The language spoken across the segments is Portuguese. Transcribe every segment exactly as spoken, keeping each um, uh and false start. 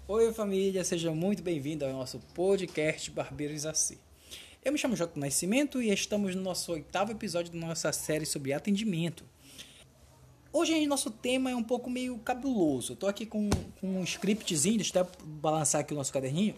Oi família, seja muito bem-vindo ao nosso podcast Barbeiros Assim. Eu me chamo Jota Nascimento e estamos no nosso oitavo episódio da nossa série sobre atendimento. Hoje nosso tema é um pouco meio cabuloso. Eu tô aqui com, com um scriptzinho, deixa eu até balançar aqui o nosso caderninho.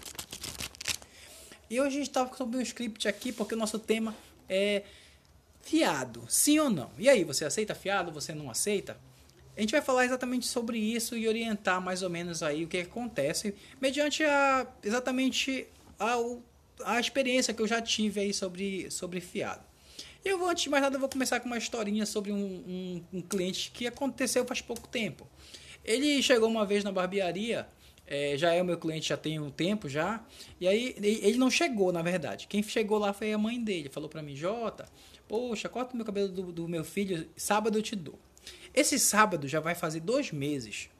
E hoje a gente tá sobre um script aqui porque o nosso tema é fiado, sim ou não. E aí, você aceita fiado, você não aceita? A gente vai falar exatamente sobre isso e orientar mais ou menos aí o que acontece, mediante a, exatamente a, a experiência que eu já tive aí sobre, sobre fiado. E eu vou, antes de mais nada, eu vou começar com uma historinha sobre um, um, um cliente que aconteceu faz pouco tempo. Ele chegou uma vez na barbearia, é, já é o meu cliente, já tem um tempo já, e aí ele não chegou, na verdade. Quem chegou lá foi a mãe dele, falou pra mim: Jota, poxa, corta o meu cabelo do, do meu filho, sábado eu te dou. Esse sábado já vai fazer dois meses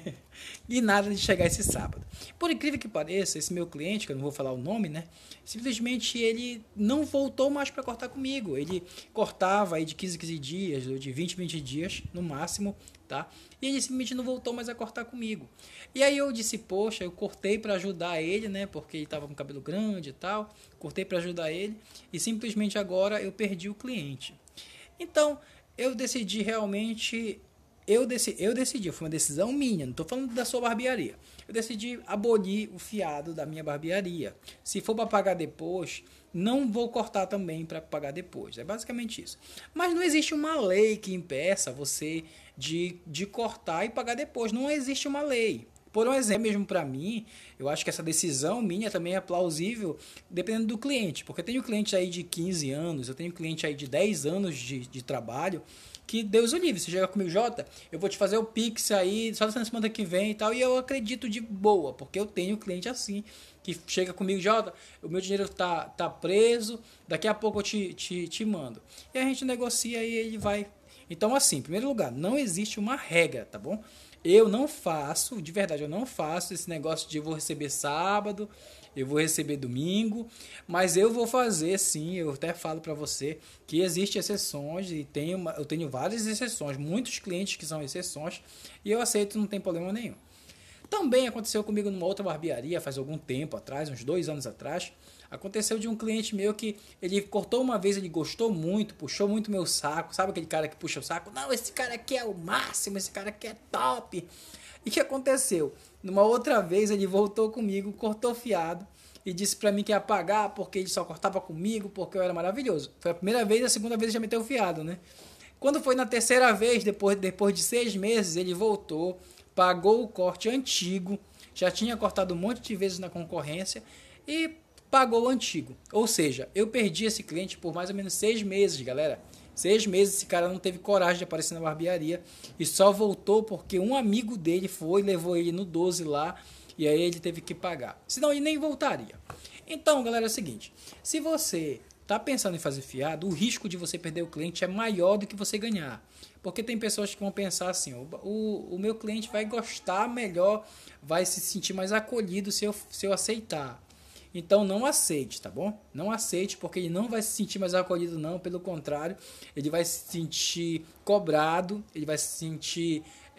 e nada de chegar esse sábado. Por incrível que pareça, esse meu cliente, que eu não vou falar o nome, né? Simplesmente ele não voltou mais para cortar comigo. Ele cortava aí de quinze em quinze dias, ou de vinte em vinte dias no máximo, tá? E ele simplesmente não voltou mais a cortar comigo. E aí eu disse, poxa, eu cortei para ajudar ele, né? Porque ele estava com cabelo grande e tal. Cortei para ajudar ele e simplesmente agora eu perdi o cliente. Então, eu decidi realmente, eu decidi, eu decidi, foi uma decisão minha, não estou falando da sua barbearia. Eu decidi abolir o fiado da minha barbearia. Se for para pagar depois, não vou cortar também para pagar depois. É basicamente isso. Mas não existe uma lei que impeça você de, de cortar e pagar depois. Não existe uma lei. Por um exemplo, mesmo para mim, eu acho que essa decisão minha também é plausível dependendo do cliente, porque eu tenho cliente aí de quinze anos, eu tenho cliente aí de dez anos de, de trabalho, que Deus o livre, você chega comigo, Jota, eu vou te fazer o Pix aí só na semana que vem e tal, e eu acredito de boa, porque eu tenho cliente assim, que chega comigo, Jota, o meu dinheiro tá, tá preso, daqui a pouco eu te, te, te mando. E a gente negocia e ele vai. Então assim, em primeiro lugar, não existe uma regra, tá bom? Eu não faço, de verdade, eu não faço esse negócio de eu vou receber sábado, eu vou receber domingo, mas eu vou fazer sim, eu até falo para você que existem exceções e tenho, uma, eu tenho várias exceções, muitos clientes que são exceções e eu aceito, não tem problema nenhum. Também aconteceu comigo numa outra barbearia faz algum tempo atrás, uns dois anos atrás. Aconteceu de um cliente meu que ele cortou uma vez, ele gostou muito, puxou muito meu saco. Sabe aquele cara que puxa o saco? Não, esse cara aqui é o máximo, esse cara aqui é top. E o que aconteceu? Numa outra vez ele voltou comigo, cortou fiado e disse pra mim que ia pagar porque ele só cortava comigo, porque eu era maravilhoso. Foi a primeira vez, a segunda vez ele já meteu fiado, né? Quando foi na terceira vez, depois, depois de seis meses, ele voltou, pagou o corte antigo, já tinha cortado um monte de vezes na concorrência e pagou o antigo. Ou seja, eu perdi esse cliente por mais ou menos seis meses, galera. Seis meses esse cara não teve coragem de aparecer na barbearia e só voltou porque um amigo dele foi, levou ele no doze lá e aí ele teve que pagar. Senão ele nem voltaria. Então, galera, é o seguinte. Se você está pensando em fazer fiado, o risco de você perder o cliente é maior do que você ganhar. Porque tem pessoas que vão pensar assim, o, o, o meu cliente vai gostar melhor, vai se sentir mais acolhido se eu, se eu aceitar. Então não aceite, tá bom? Não aceite porque ele não vai se sentir mais acolhido não, pelo contrário, ele vai se sentir cobrado, ele vai se sentir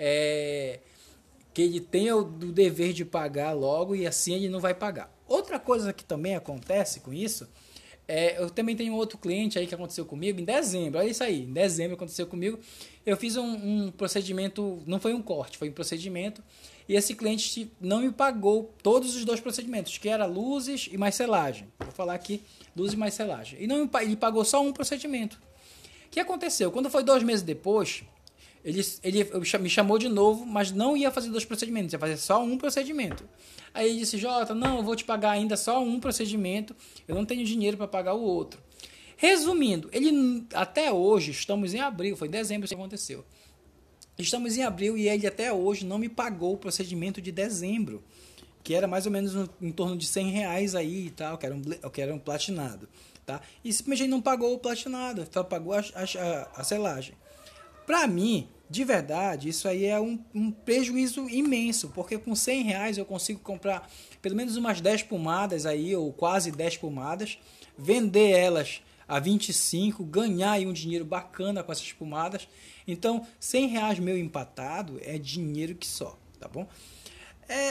é, que ele tem o dever de pagar logo e assim ele não vai pagar. Outra coisa que também acontece com isso, é, eu também tenho outro cliente aí que aconteceu comigo em dezembro, olha isso aí, em dezembro aconteceu comigo, eu fiz um, um procedimento, não foi um corte, foi um procedimento, e esse cliente não me pagou todos os dois procedimentos, que era luzes e mais selagem. Vou falar aqui, luzes e mais selagem. E não, ele pagou só um procedimento. O que aconteceu? Quando foi dois meses depois, ele, ele me chamou de novo, mas não ia fazer dois procedimentos, ia fazer só um procedimento. Aí ele disse, Jota, não, eu vou te pagar ainda só um procedimento, eu não tenho dinheiro para pagar o outro. Resumindo, ele até hoje, estamos em abril, foi em dezembro que isso aconteceu. Estamos em abril e ele até hoje não me pagou o procedimento de dezembro, que era mais ou menos em torno de cem reais aí e tal, que era um, que era um platinado. Tá? E simplesmente não pagou o platinado, só pagou a, a, a selagem. Para mim, de verdade, isso aí é um, um prejuízo imenso, porque com cem reais eu consigo comprar pelo menos umas dez pomadas aí, ou quase dez pomadas, vender elas a vinte e cinco, ganhar aí um dinheiro bacana com essas pomadas. Então, cem reais meu empatado é dinheiro que só, tá bom? É,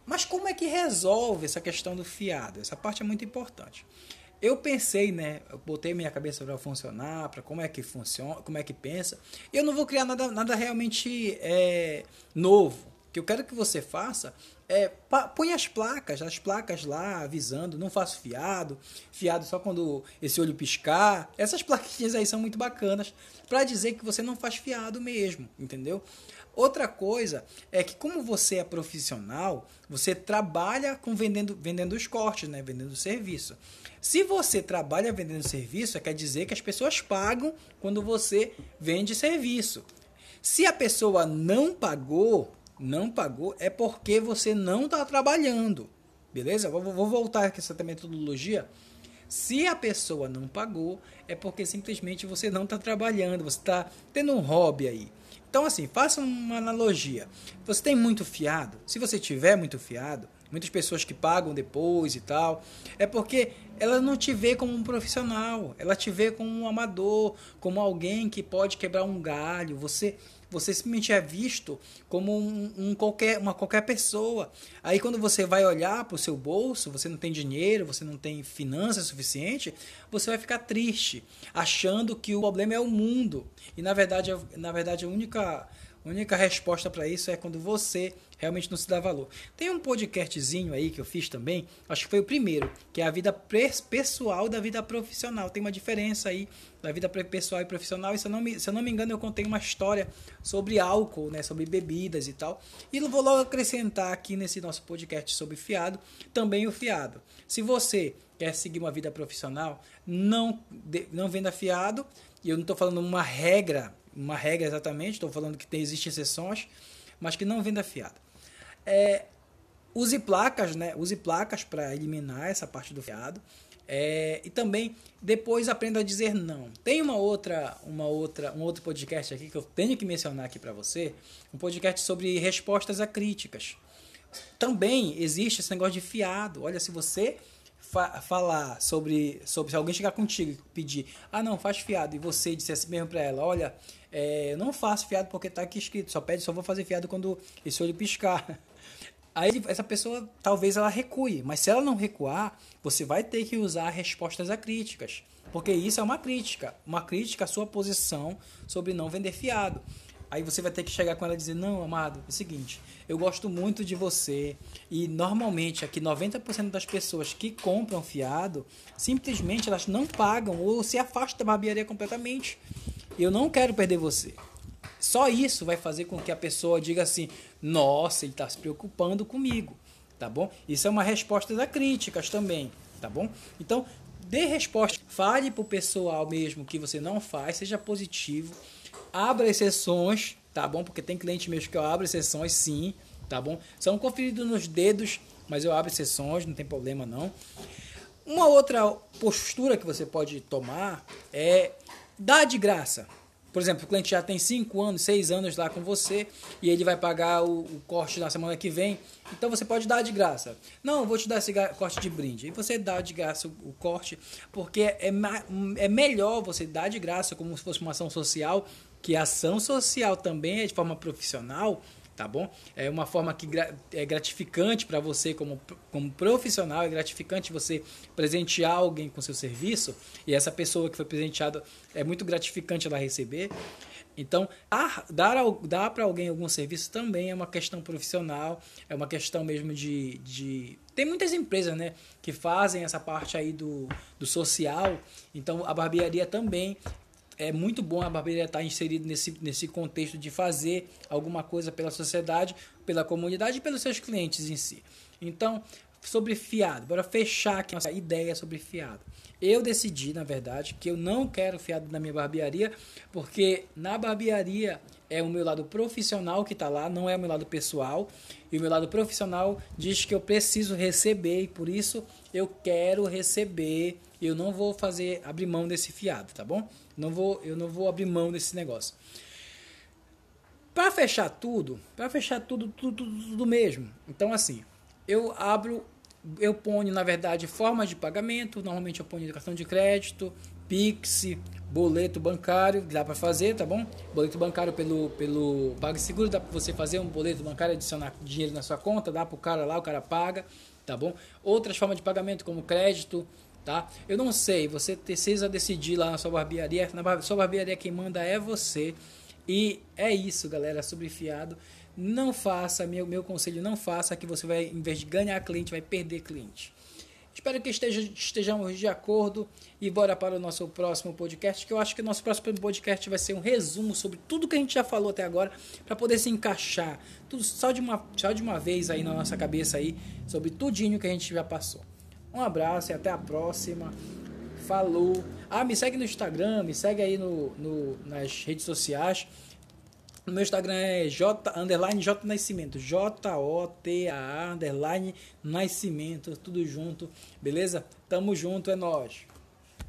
Mas como é que resolve essa questão do fiado? Essa parte é muito importante. Eu pensei, né? Eu botei minha cabeça para funcionar, para como é que funciona, como é que pensa. Eu não vou criar nada, nada realmente é, novo. O que eu quero que você faça é põe as placas, as placas lá avisando, não faço fiado, fiado só quando esse olho piscar. Essas plaquinhas aí são muito bacanas para dizer que você não faz fiado mesmo, entendeu? Outra coisa é que como você é profissional, você trabalha com vendendo, vendendo os cortes, né? Vendendo serviço. Se você trabalha vendendo serviço, quer dizer que as pessoas pagam quando você vende serviço. Se a pessoa não pagou, não pagou, é porque você não está trabalhando. Beleza? Vou, vou voltar aqui essa metodologia. Se a pessoa não pagou, é porque simplesmente você não está trabalhando, você está tendo um hobby aí. Então, assim, faça uma analogia. Você tem muito fiado? Se você tiver muito fiado, muitas pessoas que pagam depois e tal, é porque ela não te vê como um profissional, ela te vê como um amador, como alguém que pode quebrar um galho. Você, você simplesmente é visto como um, um qualquer, uma qualquer pessoa. Aí quando você vai olhar para o seu bolso, você não tem dinheiro, você não tem finanças suficiente, você vai ficar triste, achando que o problema é o mundo. E na verdade, na verdade a única... A única resposta para isso é quando você realmente não se dá valor. Tem um podcastzinho aí que eu fiz também, acho que foi o primeiro, que é a vida pessoal da vida profissional. Tem uma diferença aí da vida pessoal e profissional. E se eu não me, se eu não me engano, eu contei uma história sobre álcool, né, sobre bebidas e tal. E vou logo acrescentar aqui nesse nosso podcast sobre fiado, também o fiado. Se você quer seguir uma vida profissional, não, não venda fiado. E eu não estou falando uma regra, uma regra exatamente, estou falando que tem, existem exceções, mas que não venda fiado. É, use placas, né? Use placas para eliminar essa parte do fiado. É, e também depois aprenda a dizer não. Tem uma outra, uma outra, um outro podcast aqui que eu tenho que mencionar aqui para você, um podcast sobre respostas a críticas. Também existe esse negócio de fiado. Olha, se você fa- falar sobre, sobre se alguém chegar contigo e pedir, ah não, faz fiado, e você disser assim mesmo para ela, olha, é, eu não faço fiado porque tá aqui escrito, só pede, só vou fazer fiado quando esse olho piscar. Aí essa pessoa, talvez ela recue, mas se ela não recuar, você vai ter que usar respostas a críticas, porque isso é uma crítica, uma crítica à sua posição sobre não vender fiado. Aí você vai ter que chegar com ela e dizer, não, amado, é o seguinte, eu gosto muito de você e normalmente aqui noventa por cento das pessoas que compram fiado, simplesmente elas não pagam ou se afastam da barbearia completamente. Eu não quero perder você. Só isso vai fazer com que a pessoa diga assim, nossa, ele está se preocupando comigo, tá bom? Isso é uma resposta das críticas também, tá bom? Então, dê resposta, fale para o pessoal mesmo que você não faz, seja positivo, abra exceções, tá bom? Porque tem cliente mesmo que eu abro exceções sim, tá bom? São conferidos nos dedos, mas eu abro exceções, não tem problema não. Uma outra postura que você pode tomar é dar de graça. Por exemplo, o cliente já tem cinco anos, seis anos lá com você e ele vai pagar o, o corte na semana que vem. Então você pode dar de graça. Não, eu vou te dar esse corte de brinde. E você dá de graça o, o corte, porque é, é melhor você dar de graça como se fosse uma ação social, que a ação social também é de forma profissional, tá bom? É uma forma que é gratificante para você como, como profissional, é gratificante você presentear alguém com seu serviço e essa pessoa que foi presenteada é muito gratificante ela receber. Então, dar, dar para alguém algum serviço também é uma questão profissional, é uma questão mesmo de... de... Tem muitas empresas, né, que fazem essa parte aí do, do social, então a barbearia também... É muito bom a barbearia estar inserida nesse, nesse contexto de fazer alguma coisa pela sociedade, pela comunidade e pelos seus clientes em si. Então, sobre fiado, bora fechar aqui essa ideia sobre fiado. Eu decidi, na verdade, que eu não quero fiado na minha barbearia, porque na barbearia é o meu lado profissional que está lá, não é o meu lado pessoal. E o meu lado profissional diz que eu preciso receber e por isso eu quero receber. Eu não vou fazer abrir mão desse fiado, tá bom? Não vou, eu não vou abrir mão desse negócio. Para fechar tudo, para fechar tudo, tudo, tudo, tudo mesmo. Então assim, eu abro, eu ponho na verdade formas de pagamento. Normalmente eu ponho cartão de crédito, Pix, boleto bancário, dá para fazer, tá bom? Boleto bancário pelo, pelo PagSeguro, dá para você fazer um boleto bancário, adicionar dinheiro na sua conta, dá pro cara lá, o cara paga, tá bom? Outras formas de pagamento, como crédito, tá? Eu não sei, você precisa decidir lá na sua barbearia, na sua barbearia quem manda é você. E é isso, galera, sobre fiado. Não faça, meu, meu conselho, não faça, que você vai, em vez de ganhar cliente, vai perder cliente. Espero que esteja, estejamos de acordo e bora para o nosso próximo podcast, que eu acho que o nosso próximo podcast vai ser um resumo sobre tudo que a gente já falou até agora, para poder se encaixar tudo só de, uma, só de uma vez aí na nossa cabeça aí, sobre tudinho que a gente já passou. Um abraço e até a próxima. Falou. Ah, me segue no Instagram, me segue aí no, no, nas redes sociais. O meu Instagram é J, underline J Nascimento, J O T A A, underline Nascimento, tudo junto, beleza? Tamo junto, é nóis.